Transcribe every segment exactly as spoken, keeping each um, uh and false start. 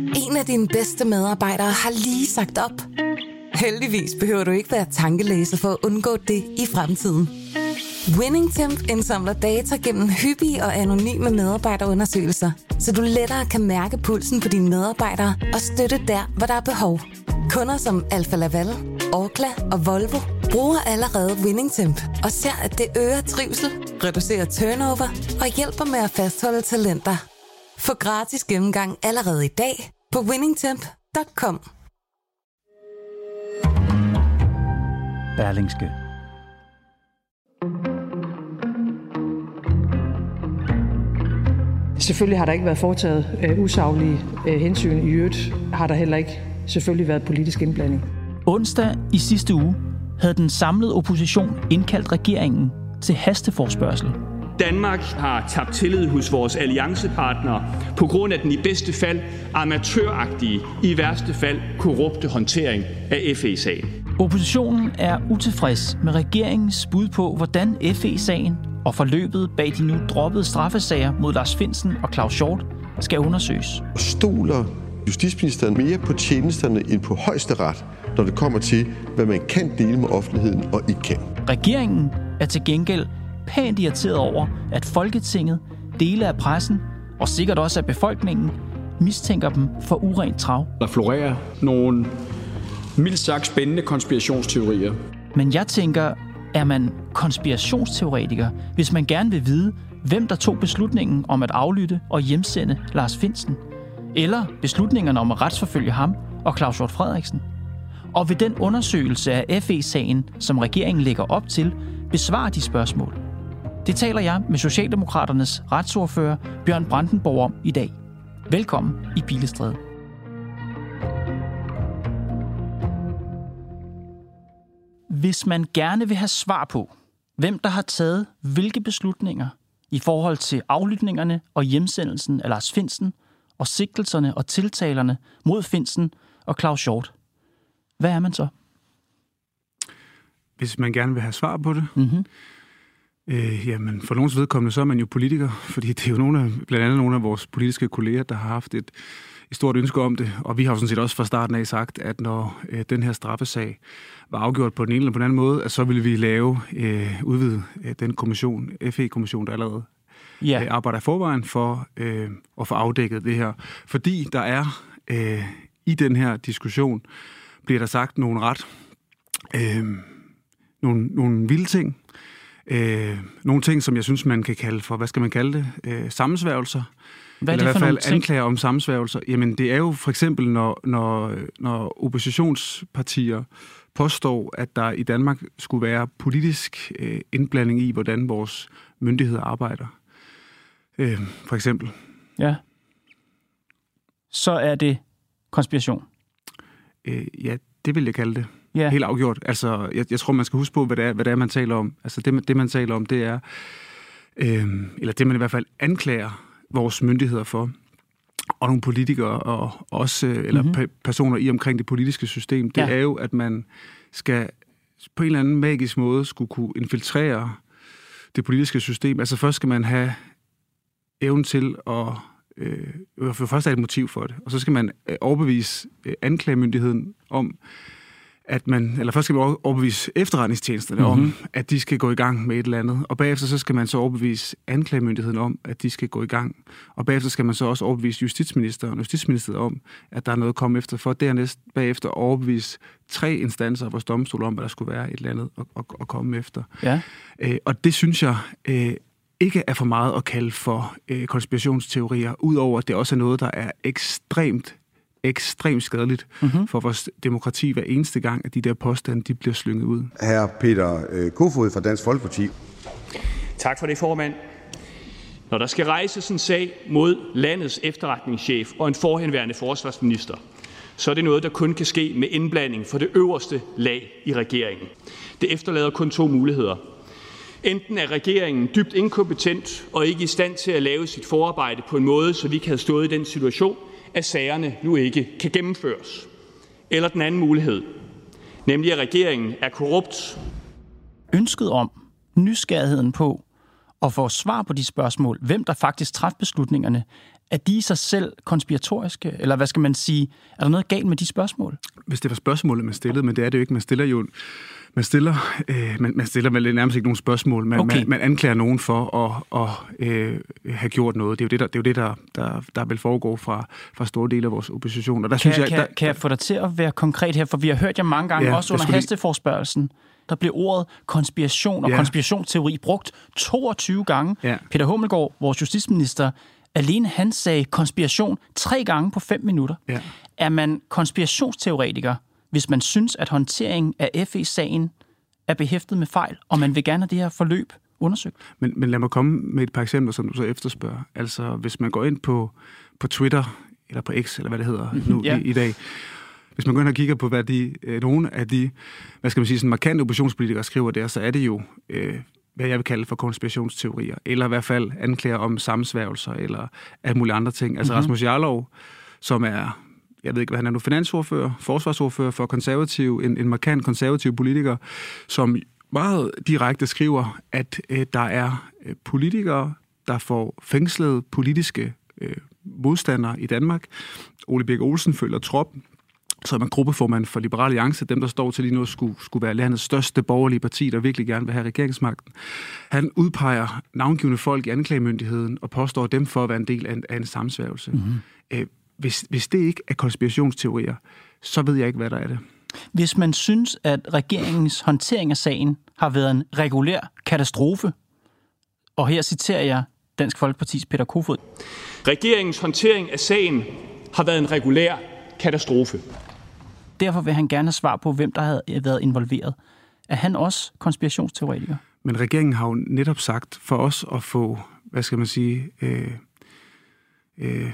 En af dine bedste medarbejdere har lige sagt op. Heldigvis behøver du ikke være tankelæser for at undgå det i fremtiden. WinningTemp indsamler data gennem hyppige og anonyme medarbejderundersøgelser, så du lettere kan mærke pulsen på dine medarbejdere og støtte der, hvor der er behov. Kunder som Alfa Laval, Orkla og Volvo bruger allerede WinningTemp og ser, at det øger trivsel, reducerer turnover og hjælper med at fastholde talenter. Få gratis gennemgang allerede i dag på winningtemp punktum com. Berlingske. Selvfølgelig har der ikke været foretaget øh, usaglige øh, hensyn. I øvrigt har der heller ikke selvfølgelig været politisk indblanding. Onsdag i sidste uge havde den samlede opposition indkaldt regeringen til hasteforespørgsel. Danmark har tabt tillid hos vores alliancepartnere på grund af den i bedste fald amatøragtige, i værste fald korrupte håndtering af F E-sagen. Oppositionen er utilfreds med regeringens bud på, hvordan F E-sagen og forløbet bag de nu droppede straffesager mod Lars Findsen og Claus Hjort skal undersøges. Stoler justitsministeren mere på tjenesterne end på højesteret, når det kommer til, hvad man kan dele med offentligheden og ikke kan? Regeringen er til gengæld pænt irriteret over, at Folketinget, dele af pressen og sikkert også af befolkningen mistænker dem for urent trav. Der florerer nogle mildt sagt spændende konspirationsteorier. Men jeg tænker, er man konspirationsteoretiker, hvis man gerne vil vide, hvem der tog beslutningen om at aflytte og hjemsende Lars Findsen? Eller beslutningerne om at retsforfølge ham og Claus Hjort Frederiksen? Og vil den undersøgelse af F E-sagen, som regeringen lægger op til, besvare de spørgsmål? Det taler jeg med Socialdemokraternes retsordfører Bjørn Brandenborg om i dag. Velkommen i Pilestræde. Hvis man gerne vil have svar på, hvem der har taget hvilke beslutninger i forhold til aflytningerne og hjemsendelsen af Lars Findsen og sigtelserne og tiltalerne mod Findsen og Claus Hjort, hvad er man så? Hvis man gerne vil have svar på det, Mm-hmm. øh, jamen for nogens vedkommende, så er man jo politiker, fordi det er jo nogle af, blandt andet nogle af vores politiske kolleger, der har haft et, et stort ønske om det, og vi har jo sådan set også fra starten af sagt, at når øh, den her straffesag var afgjort på den ene eller på den anden måde, at så ville vi lave, øh, udvide øh, den kommission, F E-kommission, der allerede Ja. øh, arbejder i forvejen for øh, at få afdækket det her. Fordi der er øh, i den her diskussion, bliver der sagt nogle ret, øh, nogle, nogle vilde ting, øh, nogle ting, som jeg synes, man kan kalde for, hvad skal man kalde det, øh, sammensværgelser. Hvad er Eller det i for hvert nogle fald ting? anklager om sammensværgelser. Jamen, det er jo for eksempel, når, når, når oppositionspartier påstår, at der i Danmark skulle være politisk øh, indblanding i, hvordan vores myndigheder arbejder. Øh, for eksempel. Ja. Så er det konspiration. Øh, ja, det vil jeg kalde det. Ja. Helt afgjort. Altså, jeg, jeg tror, man skal huske på, hvad det er, hvad det er man taler om. Altså, det, det man taler om, det er, øh, eller det man i hvert fald anklager vores myndigheder for, og nogle politikere, og også, eller Mhm. pe- personer i omkring det politiske system, det Ja. er jo, at man skal på en eller anden magisk måde skulle kunne infiltrere det politiske system. Altså først skal man have evnen til at øh, for først er et motiv for det, og så skal man øh, overbevise øh, anklagemyndigheden om, at man, eller først skal man overbevise efterretningstjenesterne mm-hmm. om, at de skal gå i gang med et eller andet, og bagefter så skal man så overbevise anklagemyndigheden om, at de skal gå i gang, og bagefter skal man så også overbevise justitsministeren og justitsministeriet om, at der er noget at komme efter, for dernæst bagefter overbevise tre instanser af vores domstol om, at der skulle være et eller andet at, at, at komme efter. Ja. Øh, og det synes jeg øh, ikke er for meget at kalde for øh, konspirationsteorier, udover at det også er noget, der er ekstremt ekstremt skadeligt mm-hmm. for vores demokrati hver eneste gang, at de der påstande, de bliver slynget ud. Herre Peter øh, Kofod fra Dansk Folkeparti. Tak for det, formand. Når der skal rejses en sag mod landets efterretningschef og en forhenværende forsvarsminister, så er det noget, der kun kan ske med indblanding for det øverste lag i regeringen. Det efterlader kun to muligheder. Enten er regeringen dybt inkompetent og ikke i stand til at lave sit forarbejde på en måde, så vi kan have stået i den situation, at sagerne nu ikke kan gennemføres. Eller den anden mulighed, nemlig at regeringen er korrupt. Ønsket om, nysgerrigheden på at få svar på de spørgsmål, hvem der faktisk træffede beslutningerne, Er de i sig selv konspiratoriske? Eller hvad skal man sige? Er der noget galt med de spørgsmål? Hvis det var spørgsmålet, man stillede, men det er det jo ikke. Man stiller jo... Man stiller, øh, man, man stiller vel nærmest ikke nogen spørgsmål. Man, okay. man, man anklager nogen for at, at øh, have gjort noget. Det er jo det, der, det er jo det, der, der, der vil foregå fra, fra store dele af vores opposition. Og der kan, synes jeg, kan, der, kan jeg få dig til at være konkret her? For vi har hørt jer mange gange, ja, også under hasteforspørgelsen, der blev ordet konspiration og ja. konspirationsteori brugt toogtyve gange. Ja. Peter Hummelgaard, vores justitsminister, alene han sagde konspiration tre gange på fem minutter. Ja. Er man konspirationsteoretiker, hvis man synes, at håndteringen af F E-sagen er behæftet med fejl, og man vil gerne have det her forløb undersøgt? Men, men lad mig komme med et par eksempler, som du så efterspørger. Altså, hvis man går ind på, på Twitter, eller på X, eller hvad det hedder mm-hmm, nu ja. i, i dag, hvis man går ind og kigger på, hvad de, øh, nogle af de, hvad skal man sige, sådan markante oppositionspolitikere skriver der, så er det jo, øh, hvad jeg vil kalde for konspirationsteorier, eller i hvert fald anklager om sammensværgelser, eller alle mulige andre ting. Altså mm-hmm. Rasmus Jarlov, som er... jeg ved ikke, hvad han er nu, finansordfører, forsvarsordfører for konservativ, en, en markant konservativ politiker, som meget direkte skriver, at øh, der er øh, politikere, der får fængslede politiske øh, modstandere i Danmark. Ole Birk Olsen følger trop, som er gruppeformand for Liberal Alliance, dem der står til lige nu skulle, skulle være landets største borgerlige parti, der virkelig gerne vil have regeringsmagten. Han udpeger navngivende folk i anklagemyndigheden og påstår dem for at være en del af en, af en sammensværgelse. Mm-hmm. Øh, Hvis, hvis det ikke er konspirationsteorier, så ved jeg ikke, hvad der er det. Hvis man synes, at regeringens håndtering af sagen har været en regulær katastrofe, og her citerer jeg Dansk Folkepartis Peter Kofod. Regeringens håndtering af sagen har været en regulær katastrofe. Derfor vil han gerne have svar på, hvem der havde været involveret. Er han også konspirationsteoretiker? Men regeringen har jo netop sagt for os at få, hvad skal man sige... Øh, øh,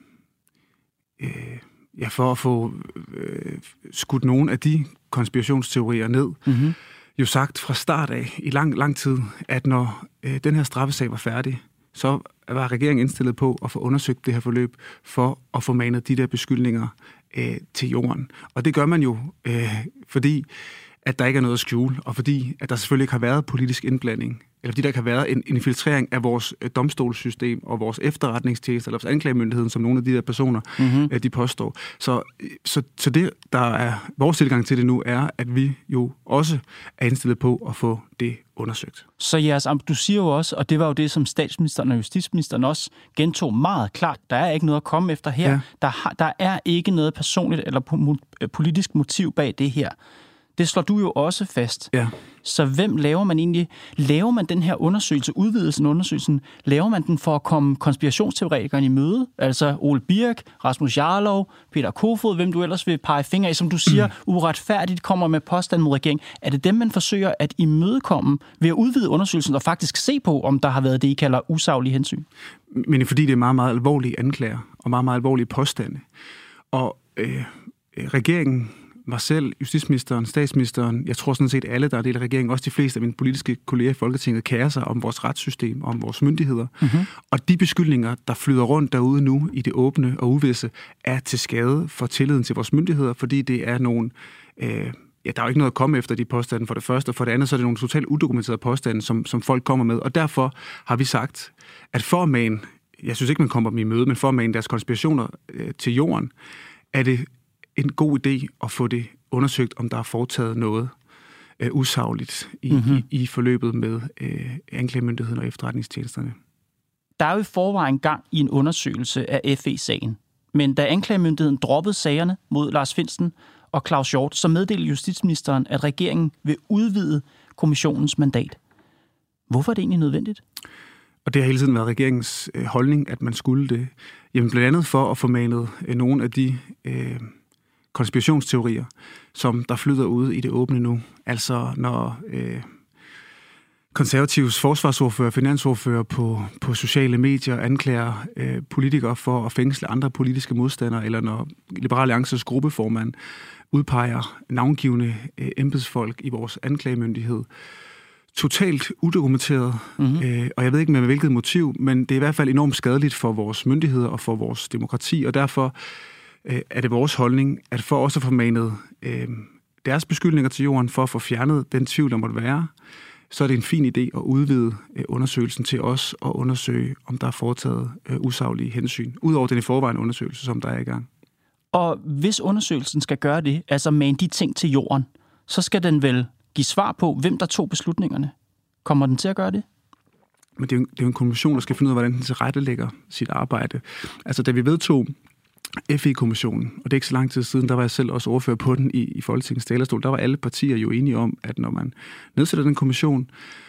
ja, for at få øh, skudt nogle af de konspirationsteorier ned, mm-hmm. jo sagt fra start af i lang, lang tid, at når øh, den her straffesag var færdig, så var regeringen indstillet på at få undersøgt det her forløb for at få manet de der beskyldninger øh, til jorden. Og det gør man jo, øh, fordi at der ikke er noget at skjule, og fordi at der selvfølgelig ikke har været politisk indblanding, eller fordi der ikke har været en, en infiltrering af vores øh, domstolssystem og vores efterretningstjeneste, eller vores anklagemyndigheden, som nogle af de der personer, mm-hmm. øh, de påstår. Så, så, så det, der er vores tilgang til det nu, er, at vi jo også er indstillet på at få det undersøgt. Så jeres, du siger jo også, og det var jo det, som statsministeren og justitsministeren også gentog meget klart, der er ikke noget at komme efter her. Ja. Der, har, der er ikke noget personligt eller politisk motiv bag det her. Det slår du jo også fast. Ja. Så hvem laver man egentlig? Laver man den her undersøgelse, udvidelsen af undersøgelsen, laver man den for at komme konspirationsteoretikerne i møde? Altså Ole Birk, Rasmus Jarlov, Peter Kofod, hvem du ellers vil pege fingre af, som du siger, uretfærdigt kommer med påstand mod regeringen. Er det dem, man forsøger at imødekomme ved at udvide undersøgelsen og faktisk se på, om der har været det, I kalder usaglige hensyn? Men fordi det er meget, meget alvorlige anklager og meget, meget alvorlige påstande. Og øh, regeringen... mig selv, justitsministeren, statsministeren, jeg tror sådan set alle, der er del af regeringen, også de fleste af mine politiske kolleger i Folketinget, kærer sig om vores retssystem, om vores myndigheder. Mm-hmm. Og de beskyldninger, der flyder rundt derude nu i det åbne og uvisse, er til skade for tilliden til vores myndigheder, fordi det er nogle... Øh, ja, der er jo ikke noget at komme efter de påstande for det første, og for det andet, så er det nogle totalt udokumenterede påstande, som, som folk kommer med. Og derfor har vi sagt, at for at man, jeg synes ikke, man kommer dem i møde, men for at man deres konspirationer øh, til jorden, er det en god idé at få det undersøgt, om der er foretaget noget øh, usagligt i, mm-hmm. i, i forløbet med øh, anklagemyndigheden og efterretningstjenesterne. Der er jo i forvejen gang i en undersøgelse af F E-sagen. Men da anklagemyndigheden droppede sagerne mod Lars Findsen og Claus Hjort, så meddelte justitsministeren, at regeringen vil udvide kommissionens mandat. Hvorfor er det egentlig nødvendigt? Og det har hele tiden været regeringens øh, holdning, at man skulle det. Jamen blandt andet for at få manet øh, nogle af de... Øh, konspirationsteorier, som der flyder ude i det åbne nu. Altså når øh, konservativs forsvarsordfører, finansordfører på, på sociale medier anklager øh, politikere for at fængsle andre politiske modstandere, eller når Liberal Alliances gruppeformand udpeger navngivende øh, embedsfolk i vores anklagemyndighed. Totalt udokumenteret, mm-hmm. øh, og jeg ved ikke med hvilket motiv, men det er i hvert fald enormt skadeligt for vores myndigheder og for vores demokrati, og derfor er det vores holdning, at for også at få manet øh, deres beskyldninger til jorden, for at få fjernet den tvivl, der måtte være, så er det en fin idé at udvide øh, undersøgelsen til også at undersøge, om der er foretaget øh, usaglige hensyn, udover den i forvejen undersøgelse, som der er i gang. Og hvis undersøgelsen skal gøre det, altså mane de ting til jorden, så skal den vel give svar på, hvem der tog beslutningerne. Kommer den til at gøre det? Men det er jo, det er jo en kommission, der skal finde ud af, hvordan den tilrettelægger sit arbejde. Altså, da vi vedtog F E-kommissionen, og det er ikke så lang tid siden, der var jeg selv også ordfører på den i, i Folketingets talerstol, der var alle partier jo enige om, at når man nedsætter den kommission,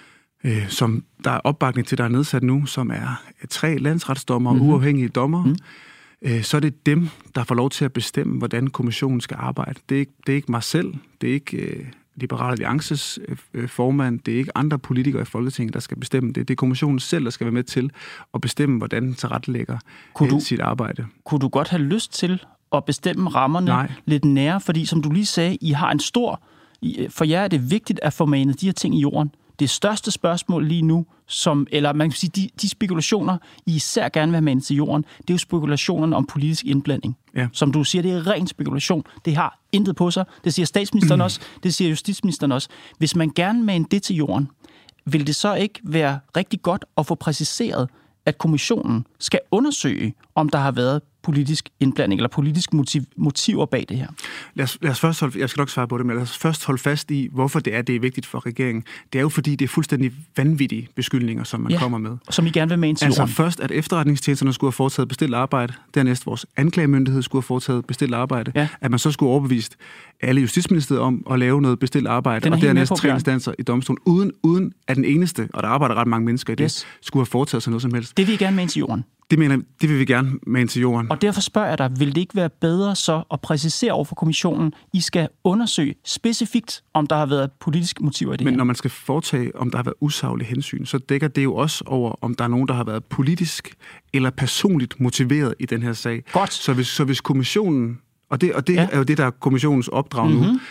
øh, som der er opbakning til, der er nedsat nu, som er tre landsretsdommer og mm-hmm. uafhængige dommer, mm. øh, så er det dem, der får lov til at bestemme, hvordan kommissionen skal arbejde. Det er ikke, det er ikke mig selv, det er ikke øh, Liberal Alliances øh, formand, det er ikke andre politikere i Folketinget, der skal bestemme det. Det er kommissionen selv, der skal være med til at bestemme, hvordan den tilrettelægger du, sit arbejde. Kunne du godt have lyst til at bestemme rammerne Nej. lidt nære? Fordi som du lige sagde, I har en stor... For jer er det vigtigt at få manet de her ting i jorden. Det største spørgsmål lige nu, som, eller man kan sige, de, de spekulationer, I især gerne vil have manet til jorden, det er jo spekulationerne om politisk indblanding. Ja. Som du siger, det er ren spekulation. Det har intet på sig. Det siger statsministeren også. Det siger justitsministeren også. Hvis man gerne maner det til jorden, vil det så ikke være rigtig godt at få præciseret, at kommissionen skal undersøge, om der har været politisk indblanding eller politisk motiv, motiver bag det her? Lad os, lad os først holde, jeg skal nok svare på det, men lad os først holde fast i, hvorfor det er, det er vigtigt for regeringen. Det er jo fordi, det er fuldstændig vanvittige beskyldninger, som man ja, kommer med. Som I gerne vil mane til altså jorden. Først, at efterretningstjenesterne skulle have foretaget bestilt arbejde, dernæst vores anklagemyndighed skulle have foretaget bestilt arbejde, ja. At man så skulle overbevist alle Justitsministeriet om at lave noget bestilt arbejde, og dernæst tre instanser i domstolen, uden, uden at den eneste, og der arbejder ret mange mennesker i det, yes. skulle have foretaget sig noget som helst. Det vil I gerne mane til jorden. Det, mener, det vil vi gerne mane til jorden. Og derfor spørger jeg dig, vil det ikke være bedre så at præcisere over for kommissionen, I skal undersøge specifikt, om der har været politiske motiver i det Men her? når man skal foretage, om der har været usaglige hensyn, så dækker det jo også over, om der er nogen, der har været politisk eller personligt motiveret i den her sag. Godt. Så hvis, så hvis kommissionen, og det, og det ja. er jo det, der er kommissionens opdrag mm-hmm. nu,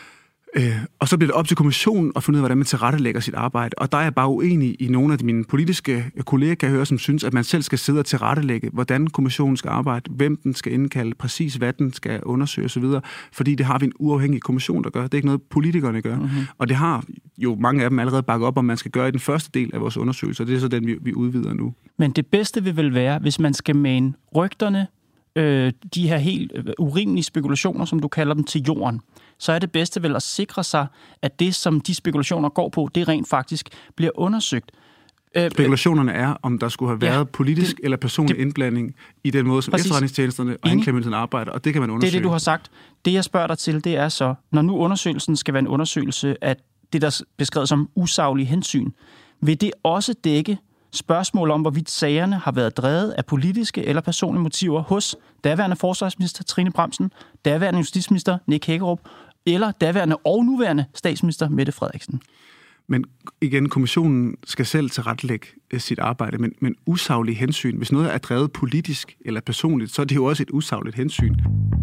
Øh, og så bliver det op til kommissionen at finde ud af, hvordan man tilrettelægger sit arbejde. Og der er jeg bare uenig i nogle af mine politiske kolleger, kan jeg høre, som synes, at man selv skal sidde og tilrettelægge, hvordan kommissionen skal arbejde, hvem den skal indkalde, præcis hvad den skal undersøge osv. Fordi det har vi en uafhængig kommission, der gør. Det er ikke noget, politikerne gør. Mm-hmm. Og det har jo mange af dem allerede bakket op, om man skal gøre i den første del af vores undersøgelse, og det er så den, vi, vi udvider nu. Men det bedste vil vel være, hvis man skal mane rygterne, øh, de her helt urimelige spekulationer, som du kalder dem, til jorden, så er det bedste vel at sikre sig, at det, som de spekulationer går på, det rent faktisk bliver undersøgt. Spekulationerne er, om der skulle have været ja, politisk det, eller personlig det, indblanding i den måde, som præcis. efterretningstjenesterne og anklagemyndigheden arbejder, og det kan man undersøge. Det er det, du har sagt. Det, jeg spørger dig til, det er så, når nu undersøgelsen skal være en undersøgelse af det, der er beskrevet som usaglige hensyn, vil det også dække spørgsmål om, hvorvidt sagerne har været drevet af politiske eller personlige motiver hos daværende forsvarsminister Trine Bramsen, daværende justitsminister Nick Hækkerup, eller daværende og nuværende statsminister Mette Frederiksen. Men igen, kommissionen skal selv tilrettelægge sit arbejde, men, men usaglige hensyn, hvis noget er drevet politisk eller personligt, så er det jo også et usagligt hensyn.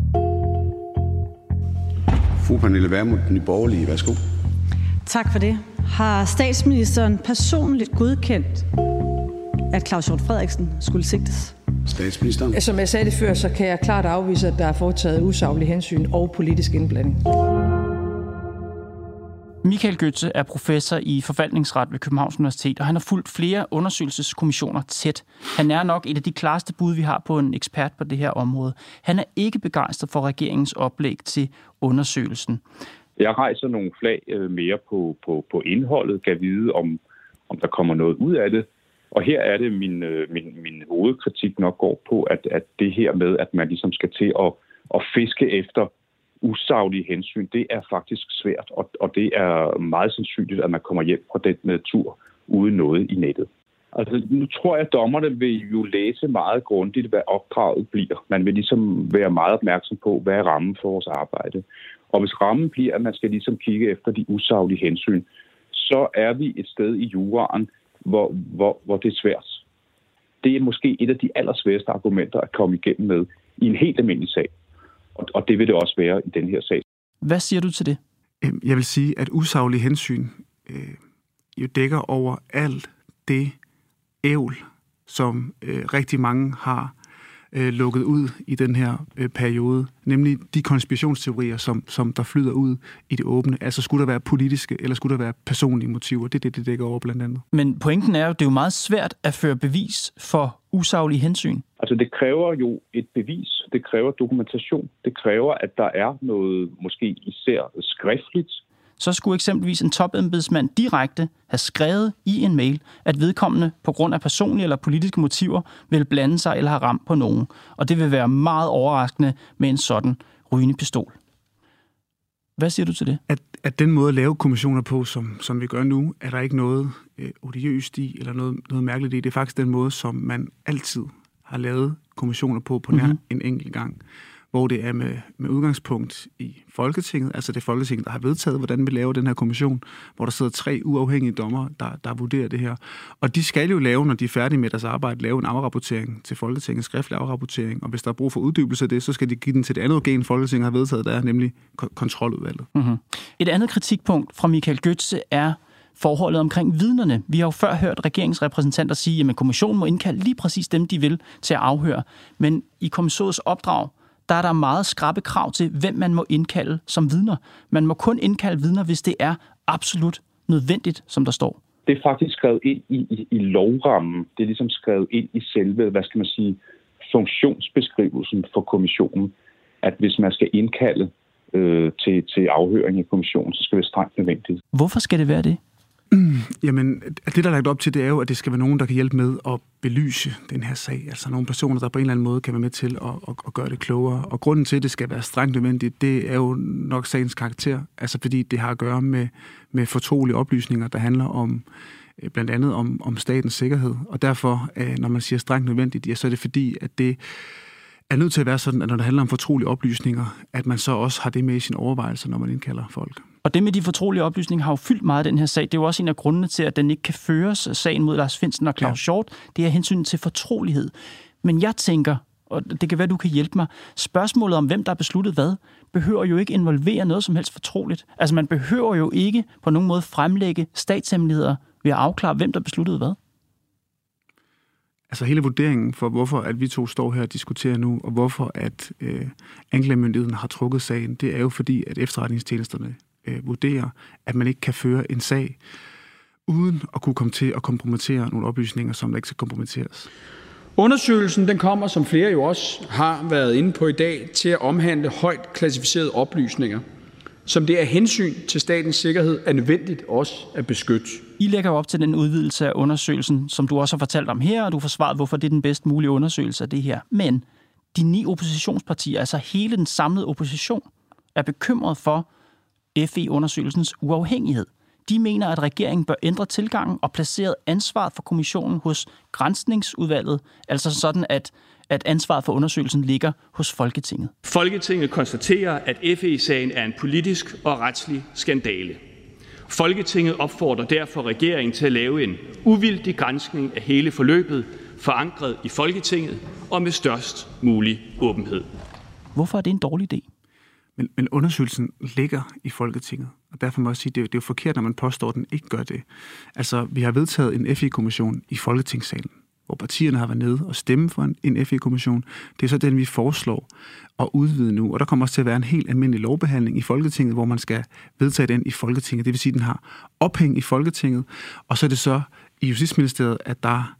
Fru Pernille Vermund, Nye Borgerlige, værsgo. Tak for det. Har statsministeren personligt godkendt, at Claus Hjort Frederiksen skulle sigtes? Statsministeren. Som jeg sagde det før, så kan jeg klart afvise, at der er foretaget usaglige hensyn og politisk indblanding. Michael Gøtze er professor i forvaltningsret ved Københavns Universitet, og han har fulgt flere undersøgelseskommissioner tæt. Han er nok et af de klareste bud, vi har på en ekspert på det her område. Han er ikke begejstret for regeringens oplæg til undersøgelsen. Jeg rejser nogle flag mere på, på, på indholdet, kan vide, om, om der kommer noget ud af det. Og her er det, min, min, min hovedkritik nok går på, at, at det her med, at man ligesom skal til at, at fiske efter usaglige hensyn, det er faktisk svært, og, og det er meget sandsynligt, at man kommer hjem fra den tur uden noget i nettet. Altså, nu tror jeg, at dommerne vil jo læse meget grundigt, hvad opdraget bliver. Man vil ligesom være meget opmærksom på, hvad er rammen for vores arbejde. Og hvis rammen bliver, at man skal ligesom kigge efter de usaglige hensyn, så er vi et sted i juraen, hvor, hvor, hvor det er svært. Det er måske et af de allersværeste argumenter at komme igennem med i en helt almindelig sag. Og det vil det også være i den her sag. Hvad siger du til det? Jeg vil sige, at usaglige hensyn øh, jo dækker over alt det ævl, som øh, rigtig mange har øh, lukket ud i den her øh, periode, nemlig de konspirationsteorier, som, som der flyder ud i det åbne. Altså skulle der være politiske, eller skulle der være personlige motiver? Det er det, det dækker over blandt andet. Men pointen er jo, det er jo meget svært at føre bevis for usaglige hensyn. Altså det kræver jo et bevis, det kræver dokumentation, det kræver, at der er noget måske især skriftligt. Så skulle eksempelvis en topembedsmand direkte have skrevet i en mail, at vedkommende på grund af personlige eller politiske motiver vil blande sig eller have ramt på nogen. Og det vil være meget overraskende med en sådan rygende pistol. Hvad siger du til det? At, at den måde at lave kommissioner på, som, som vi gør nu, er der ikke noget øh, odiøst i, eller noget, noget mærkeligt i. Det er faktisk den måde, som man altid har lavet kommissioner på, på nær mm-hmm. en enkelt gang. Hvor det er med, med udgangspunkt i Folketinget, altså det Folketinget, der har vedtaget, hvordan vi laver den her kommission, hvor der sidder tre uafhængige dommere, der, der vurderer det her. Og de skal jo lave, når de er færdige med deres arbejde, lave en afrapportering til Folketinget, skriftlig afrapportering, og hvis der er brug for uddybelse af det, så skal de give den til det andet organ, Folketinget har vedtaget, der er nemlig kontroludvalget. Mm-hmm. Et andet kritikpunkt fra Michael Götze er forholdet omkring vidnerne. Vi har jo før hørt regeringsrepræsentanter sige, at kommissionen må indkalde lige præcis dem, de vil til at afhøre. Men i kommissoriets opdrag, der er der meget skrappe krav til, hvem man må indkalde som vidner. Man må kun indkalde vidner, hvis det er absolut nødvendigt, som der står. Det er faktisk skrevet ind i, i, i lovrammen. Det er ligesom skrevet ind i selve, hvad skal man sige, funktionsbeskrivelsen for kommissionen, at hvis man skal indkalde øh, til, til afhøring i kommissionen, så skal det være strengt nødvendigt. Hvorfor skal det være det? Mm, jamen, det der er lagt op til, det er jo, at det skal være nogen, der kan hjælpe med at belyse den her sag. Altså nogle personer, der på en eller anden måde kan være med til at, at, at gøre det klogere. Og grunden til, at det skal være strengt nødvendigt, det er jo nok sagens karakter. Altså fordi det har at gøre med, med fortrolige oplysninger, der handler om blandt andet om, om statens sikkerhed. Og derfor, når man siger strengt nødvendigt, ja, så er det fordi, at det er nødt til at være sådan, at når det handler om fortrolige oplysninger, at man så også har det med i sine overvejelser, når man indkalder folk. Og det med de fortrolige oplysninger har jo fyldt meget af den her sag. Det er jo også en af grundene til, at den ikke kan føres, sagen mod Lars Findsen og Claus ja. Hjort. Det er hensyn til fortrolighed. Men jeg tænker, og det kan være, du kan hjælpe mig, spørgsmålet om, hvem der har besluttet hvad, behøver jo ikke involvere noget som helst fortroligt. Altså man behøver jo ikke på nogen måde fremlægge statshemmeligheder ved at afklare, hvem der besluttede hvad. Altså hele vurderingen for, hvorfor at vi to står her og diskuterer nu, og hvorfor at øh, anklagemyndigheden har trukket sagen, det er jo fordi, at efterretningstjenesterne øh, vurderer, at man ikke kan føre en sag, uden at kunne komme til at kompromittere nogle oplysninger, som der ikke skal kompromitteres. Undersøgelsen den kommer, som flere jo også har været inde på i dag, til at omhandle højt klassificerede oplysninger, som det er hensyn til statens sikkerhed er nødvendigt også at beskytte. I lægger op til den udvidelse af undersøgelsen, som du også har fortalt om her, og du har forsvaret, hvorfor det er den bedst mulige undersøgelse af det her. Men de ni oppositionspartier, altså hele den samlede opposition, er bekymret for F E-undersøgelsens uafhængighed. De mener, at regeringen bør ændre tilgangen og placere ansvaret for kommissionen hos Granskningsudvalget, altså sådan, at at ansvaret for undersøgelsen ligger hos Folketinget. Folketinget konstaterer, at F E-sagen er en politisk og retslig skandale. Folketinget opfordrer derfor regeringen til at lave en uvildig granskning af hele forløbet, forankret i Folketinget og med størst mulig åbenhed. Hvorfor er det en dårlig idé? Men, men undersøgelsen ligger i Folketinget, og derfor må jeg sige, at det er, det er jo forkert, når man påstår, at den ikke gør det. Altså, vi har vedtaget en F E-kommission i Folketingssalen, hvor partierne har været nede og stemme for en, en F E-kommission. Det er så den, vi foreslår at udvide nu. Og der kommer også til at være en helt almindelig lovbehandling i Folketinget, hvor man skal vedtage den i Folketinget. Det vil sige, at den har ophæng i Folketinget. Og så er det så i Justitsministeriet, at der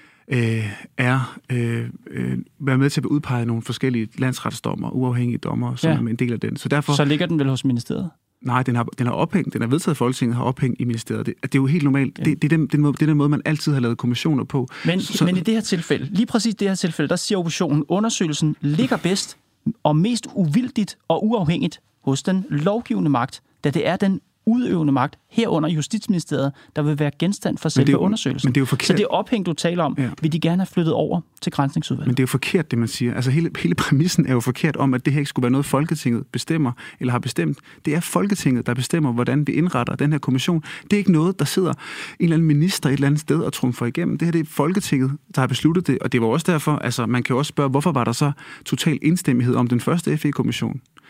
øh, er øh, øh, været med til at udpege nogle forskellige landsretsdommer, uafhængige dommer, som ja. er en del af den. Så, derfor, så ligger den vel hos ministeriet? Nej, den har, den har ophæng. Den er vedtaget, Folketinget har ophæng i ministeriet. Det, det er jo helt normalt. Ja. Det, det, er den, den måde, det er den måde, man altid har lavet kommissioner på. Men, så, men i det her tilfælde, lige præcis det her tilfælde, der siger oppositionen, undersøgelsen ligger bedst og mest uvildigt og uafhængigt hos den lovgivende magt, da det er den udøvende magt, herunder Justitsministeriet, der vil være genstand for selve undersøgelsen. Men det er jo forkert. Så det ophæng, du taler om, ja. vil de gerne have flyttet over til Granskningsudvalget. Men det er jo forkert, det man siger. Altså hele, hele præmissen er jo forkert om, at det her ikke skulle være noget, Folketinget bestemmer eller har bestemt. Det er Folketinget, der bestemmer, hvordan vi indretter den her kommission. Det er ikke noget, der sidder en eller anden minister et eller andet sted og trumfer igennem. Det her det er Folketinget, der har besluttet det, og det var også derfor, altså man kan jo også spørge, hvorfor var der så total enstemmighed om den første F E-kommission?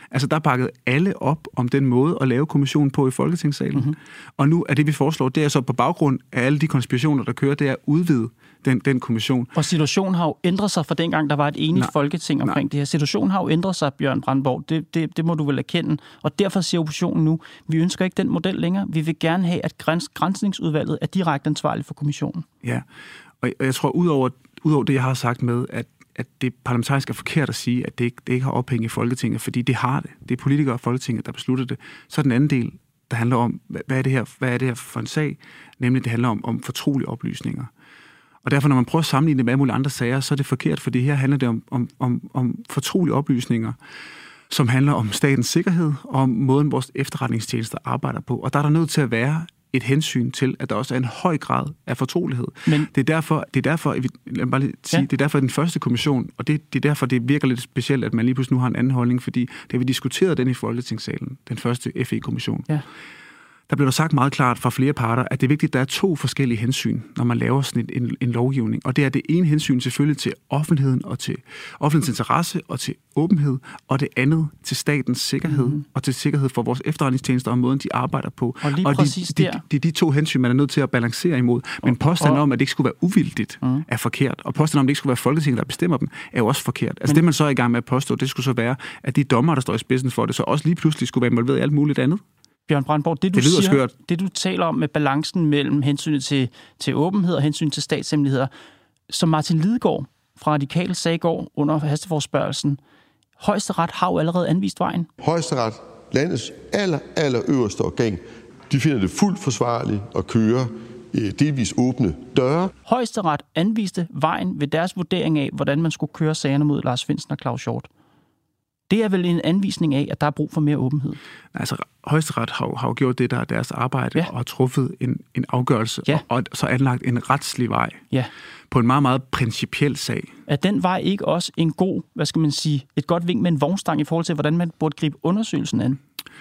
Altså, der bakkede alle op om den måde at lave kommissionen på i Folketingssalen. Mm-hmm. Og nu er det, vi foreslår, det er så på baggrund af alle de konspirationer, der kører, det er at udvide den, den kommission. Og situationen har jo ændret sig fra dengang, der var et enigt nej, Folketing omkring nej. det her. Situationen har jo ændret sig, Bjørn Brandenborg. Det, det, det må du vel erkende. Og derfor siger oppositionen nu, vi ønsker ikke den model længere. Vi vil gerne have, at græns, grænsningsudvalget er direkte ansvarligt for kommissionen. Ja, og jeg, jeg tror, udover, udover det, jeg har sagt med, at at det parlamentarisk er forkert at sige, at det ikke, det ikke har ophæng i Folketinget, fordi det har det. Det er politikere og Folketinget, der beslutter det. Så er den anden del, der handler om, hvad er det her, hvad er det her for en sag? Nemlig, det handler om, om fortrolige oplysninger. Og derfor, når man prøver at sammenligne det med alle mulige andre sager, så er det forkert, fordi her handler det om, om, om, om fortrolige oplysninger, som handler om statens sikkerhed og om måden, vores efterretningstjenester arbejder på. Og der er der nødt til at være et hensyn til, at der også er en høj grad af fortrolighed. Men det er derfor, det er derfor, lad mig bare lige sige, ja. det er derfor den første kommission, og det, det er derfor, det virker lidt specielt, at man lige pludselig nu har en anden holdning, fordi da vi diskuterede den i Folketingssalen, den første F E-kommission, ja. der blev der sagt meget klart fra flere parter, at det er vigtigt, at der er to forskellige hensyn, når man laver sådan en, en, en lovgivning. Og det er det ene hensyn selvfølgelig til offentligheden og til offentlighedens interesse og til åbenhed, og det andet til statens sikkerhed mm-hmm. og til sikkerhed for vores efterretningstjenester og måden, de arbejder på. Og lige og præcis de, de, der. De, de, de to hensyn, man er nødt til at balancere imod. Men påstanden om, at det ikke skulle være uvildigt, mm. er forkert. Og påstanden om, at det ikke skulle være Folketinget, der bestemmer dem, er jo også forkert. Altså Men... det, man så er i gang med at påstå, det skulle så være, at de dommer, der står i spidsen for det, så også lige pludselig skulle være involveret i alt muligt andet. Bjørn Brandenborg, det du, det siger, skørt. det du taler om med balancen mellem hensynet til, til åbenhed og hensyn til statshemmeligheder, som Martin Lidegaard fra Radikale sagde i går under hasteforespørgelsen, Højesteret har jo allerede anvist vejen. Højesteret, landets aller, aller øverste organ, de finder det fuldt forsvarligt at køre delvis åbne døre. Højesteret anviste vejen ved deres vurdering af, hvordan man skulle køre sagerne mod Lars Findsen og Claus Hjort. Det er vel en anvisning af, at der er brug for mere åbenhed? Altså, Højesteret har, har jo gjort det, der er deres arbejde, ja. og har truffet en, en afgørelse, ja. og, og så anlagt en retslig vej ja. på en meget, meget principiel sag. Er den vej ikke også en god, hvad skal man sige, et godt vink med en vognstang i forhold til, hvordan man burde gribe undersøgelsen an?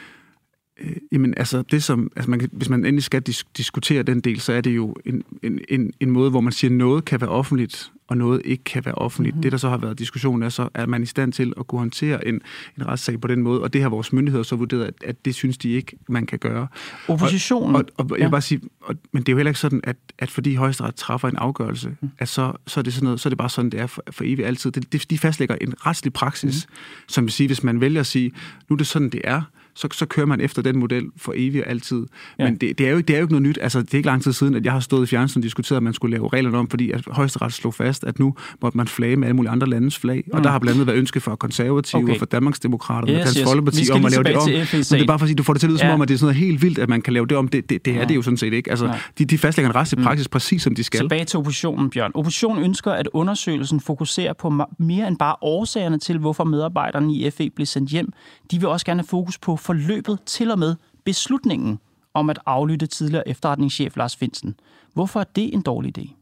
Øh, jamen, altså, det som, altså man, hvis man endelig skal dis- diskutere den del, så er det jo en, en, en, en måde, hvor man siger, at noget kan være offentligt, og noget ikke kan være offentligt. Mm-hmm. Det, der så har været diskussionen, er så, at man er i stand til at kunne håndtere en, en retssag på den måde, og det har vores myndigheder så vurderet, at, at det synes de ikke, man kan gøre. Oppositionen? Og, og, og jeg vil bare sige, og, men det er jo heller ikke sådan, at, at fordi Højesteret træffer en afgørelse, mm. at så, så, er det sådan noget, så er det bare sådan, det er for, for evigt altid. Det, det, de fastlægger en retslig praksis, mm. som vil sige, hvis man vælger at sige, nu er det sådan, det er, så, så kører man efter den model for evigt og altid. Ja. Men det, det, er jo, det er jo ikke noget nyt. Altså, det er ikke lang tid siden, at jeg har stået i fjernsynet og diskuteret, at man skulle lave reglerne om, fordi at Højesteret slog fast, at nu måtte man flage med alle mulige andre landes flag. Mm. Og der har blandt andet været ønske for konservative okay. og for Danmarksdemokraterne yes, og Dansk yes. Folkeparti om at lave det om. Men det er bare for at sige, du får det til at lyde som ja. om, at det er sådan noget helt vildt, at man kan lave det om. Det, det, det er ja. det jo sådan set ikke. Altså, de, de fastlægger en retslig praksis mm. præcis, som de skal. Tilbage til oppositionen, Bjørn. Oppositionen ønsker, at undersøgelsen fokuserer på mere end bare årsagerne til, hvorfor medarbejderne i F E blev sendt hjem. De vil også gerne have fokus på forløbet til og med beslutningen om at aflytte tidligere efterretningschef Lars Findsen. Hvorfor er det en dårlig idé?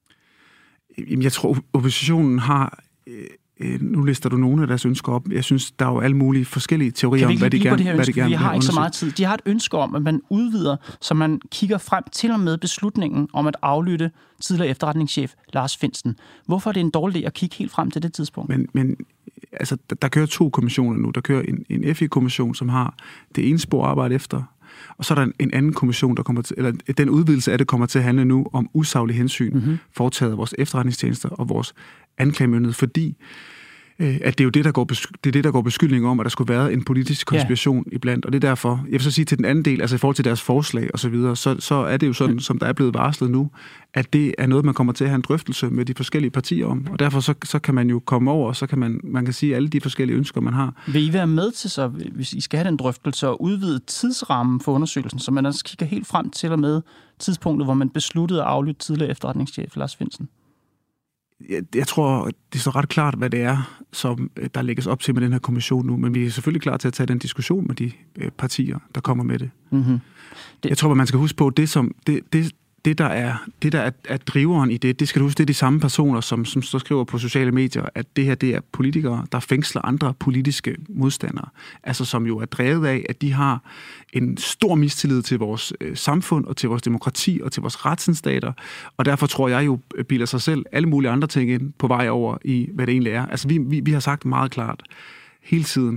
Jeg tror, oppositionen har... Øh, nu lister du nogle af deres ønsker op. Jeg synes, der er jo alle mulige forskellige teorier om, hvad de gerne, hvad de gerne vil. Vi har ikke så meget tid. De har et ønske om, at man udvider, så man kigger frem til og med beslutningen om at aflytte tidligere efterretningschef Lars Findsen. Hvorfor er det en dårlig idé at kigge helt frem til det tidspunkt? Men, men altså, der, der kører to kommissioner nu. Der kører en, en F E-kommission, som har det ene spor at arbejde efter, og så er der en, en anden kommission, der kommer til, eller den udvidelse af det kommer til at handle nu om usaglig hensyn, mm-hmm. foretaget af vores efterretningstjenester og vores anklagemyndighed, fordi øh, at det er jo det, der går, besk- det er det, der går beskyldning om, at der skulle være en politisk konspiration ja. iblandt, og det er derfor, jeg vil så sige til den anden del, altså i forhold til deres forslag og så videre, så, så er det jo sådan, ja. som der er blevet varslet nu, at det er noget, man kommer til at have en drøftelse med de forskellige partier om, og derfor så, så kan man jo komme over, og så kan man, man kan sige alle de forskellige ønsker, man har. Vil I være med til så, hvis I skal have den drøftelse, og udvide tidsrammen for undersøgelsen, så man altså kigger helt frem til og med tidspunktet, hvor man besluttede at aflytte tidligere efterretningschef Lars Findsen? Jeg, jeg tror, det står ret klart, hvad det er, som der lægges op til med den her kommission nu, men vi er selvfølgelig klar til at tage den diskussion med de øh, partier, der kommer med det. Mm-hmm. det. Jeg tror, at man skal huske på, det som det, det, det der er det der er, er driveren i det, det skal du huske, det er de samme personer, som som så skriver på sociale medier, at det her det er politikere, der fængsler andre politiske modstandere, altså som jo er drevet af, at de har en stor mistillid til vores øh, samfund og til vores demokrati og til vores retsstater, og derfor tror jeg jo bilder sig selv alle mulige andre ting ind på vej over i hvad det egentlig er. Altså vi vi, vi har sagt meget klart hele tiden,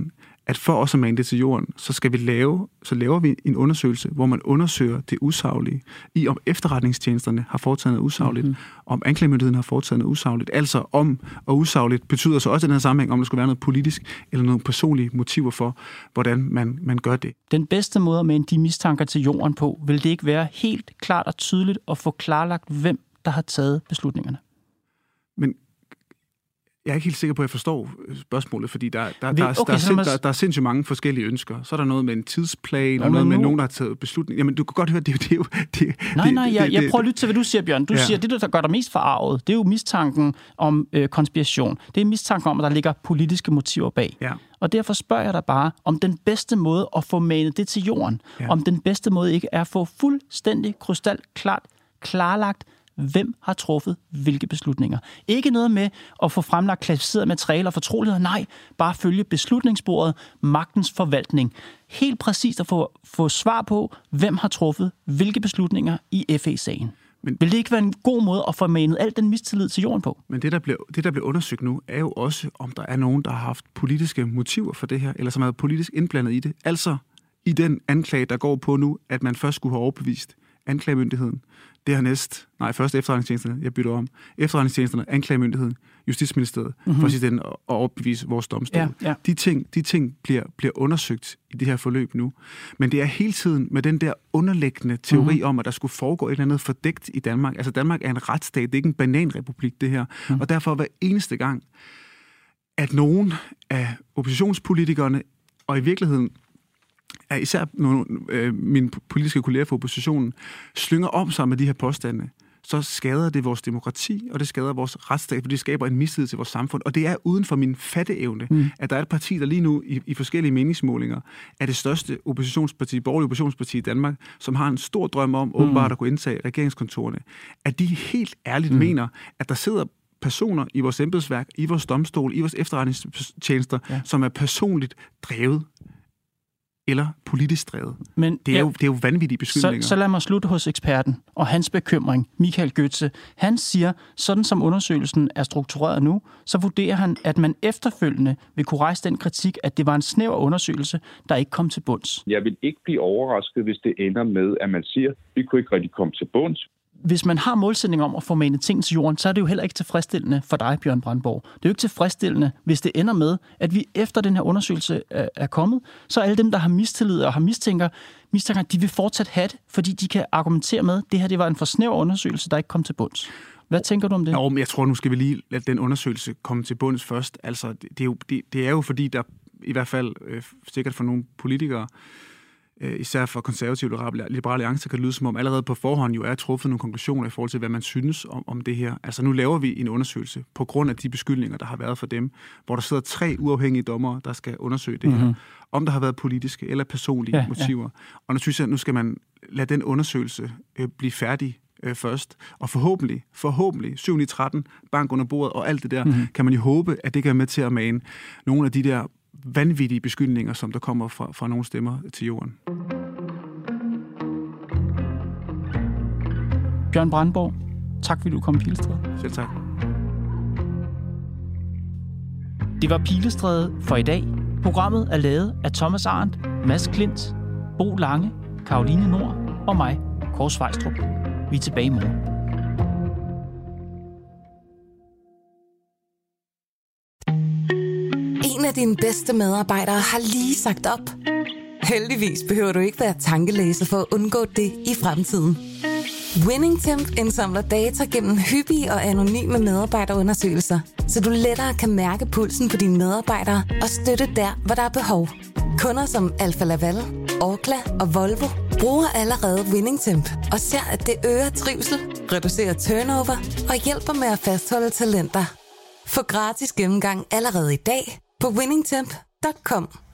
at for også at mane det til jorden, så skal vi lave, så laver vi en undersøgelse, hvor man undersøger det usaglige, i om efterretningstjenesterne har foretaget noget usagligt, mm-hmm. om anklagemyndigheden har foretaget noget usagligt, altså om og usagligt betyder så også i den her sammenhæng, om der skulle være noget politisk eller nogle personlige motiver for, hvordan man, man gør det. Den bedste måde at mane de mistanker til jorden på, vil det ikke være helt klart og tydeligt at få klarlagt, hvem der har taget beslutningerne? Men jeg er ikke helt sikker på, at jeg forstår spørgsmålet, fordi der, der, Vi, der, okay, der, er, sind, man... der, der er sindssygt mange forskellige ønsker. Så er der noget med en tidsplan, Nå, og noget med nu... nogen, der har taget beslutninger. Jamen, du kan godt høre, det, det er jo... Det, nej, nej, jeg, det, jeg det, prøver at lytte til, hvad du siger, Bjørn. Du ja. siger, det, der gør dig mest forarvet, det er jo mistanken om øh, konspiration. Det er mistanken om, at der ligger politiske motiver bag. Ja. Og derfor spørger jeg dig bare, om den bedste måde at få manet det til jorden, ja. om den bedste måde ikke er at få fuldstændig krystalklart klarlagt, hvem har truffet hvilke beslutninger. Ikke noget med at få fremlagt klassificeret materiale og fortrolighed. Nej, bare følge beslutningsbordet, magtens forvaltning. Helt præcist at få, få svar på, hvem har truffet hvilke beslutninger i F E-sagen. Men, vil det ikke være en god måde at få manet al den mistillid til jorden på? Men det der, bliver, det, der bliver undersøgt nu, er jo også, om der er nogen, der har haft politiske motiver for det her, eller som er politisk indblandet i det. Altså i den anklage, der går på nu, at man først skulle have overbevist anklagemyndigheden. Dernæst, nej, først efterretningstjenesterne, jeg bytter om. Efterretningstjenesterne, anklagemyndigheden, Justitsministeriet, mm-hmm. for sidst at overbevise vores domstol. Ja, ja. De ting, de ting bliver, bliver undersøgt i det her forløb nu. Men det er hele tiden med den der underliggende teori mm-hmm. om, at der skulle foregå et eller andet fordækt i Danmark. Altså Danmark er en retsstat, det er ikke en bananrepublik, det her. Mm. Og derfor hver eneste gang, at nogen af oppositionspolitikerne, og i virkeligheden er især nogle, øh, mine politiske kolleger fra oppositionen, slynger om sig med de her påstande, så skader det vores demokrati, og det skader vores retsstat, for det skaber en mistillid til vores samfund. Og det er uden for min fatteevne, mm. at der er et parti, der lige nu i, i forskellige meningsmålinger er det største oppositionsparti, borgerlige oppositionsparti i Danmark, som har en stor drøm om, mm. åbenbart at kunne indtage regeringskontorene, at de helt ærligt mm. mener, at der sidder personer i vores embedsværk, i vores domstol, i vores efterretningstjenester, ja. som er personligt drevet eller politisk drevet. Men det er, ja, jo, det er jo vanvittige beskyldninger. Så, så lad mig slutte hos eksperten og hans bekymring, Michael Götze. Han siger, sådan som undersøgelsen er struktureret nu, så vurderer han, at man efterfølgende vil kunne rejse den kritik, at det var en snæver undersøgelse, der ikke kom til bunds. Jeg vil ikke blive overrasket, hvis det ender med, at man siger, at vi kunne ikke rigtig komme til bunds. Hvis man har målsætning om at få manet ting til jorden, så er det jo heller ikke tilfredsstillende for dig, Bjørn Brandenborg. Det er jo ikke tilfredsstillende, hvis det ender med, at vi efter den her undersøgelse er kommet, så alle dem, der har mistillid og har mistænker, mistænker, de vil fortsat have det, fordi de kan argumentere med, at det her det var en for snæver undersøgelse, der ikke kom til bunds. Hvad tænker du om det? Jo, men jeg tror, nu skal vi lige lade den undersøgelse komme til bunds først. Altså, det, det, er, jo, det, det er jo fordi, der i hvert fald øh, sikkert for nogle politikere, især for konservative liberale alliancer, kan det lyde som om allerede på forhånd jo er truffet nogle konklusioner i forhold til, hvad man synes om, om det her. Altså nu laver vi en undersøgelse på grund af de beskyldninger, der har været for dem, hvor der sidder tre uafhængige dommere, der skal undersøge det mm-hmm. her. Om der har været politiske eller personlige ja, motiver. Ja. Og nu synes jeg, at nu skal man lade den undersøgelse øh, blive færdig øh, først. Og forhåbentlig, forhåbentlig, syv ni tretten, bank under bordet og alt det der, mm-hmm. kan man jo håbe, at det kan være med til at mane nogle af de der vanvittige beskyldninger, som der kommer fra, fra nogle stemmer til jorden. Bjørn Brandenborg, tak fordi du kom i Pilestræde. Selv tak. Det var Pilestræde for i dag. Programmet er lavet af Thomas Arendt, Mads Klint, Bo Lange, Caroline Nord og mig, Kåre Svejstrup. Vi er tilbage i morgen. En af dine bedste medarbejdere har lige sagt op. Heldigvis behøver du ikke være tankelæser for at undgå det i fremtiden. WinningTemp indsamler data gennem hyppige og anonyme medarbejderundersøgelser, så du lettere kan mærke pulsen på dine medarbejdere og støtte der, hvor der er behov. Kunder som Alfa Laval, Orkla og Volvo bruger allerede WinningTemp og ser, at det øger trivsel, reducerer turnover og hjælper med at fastholde talenter. Få gratis gennemgang allerede i dag på winningtemp punktum com.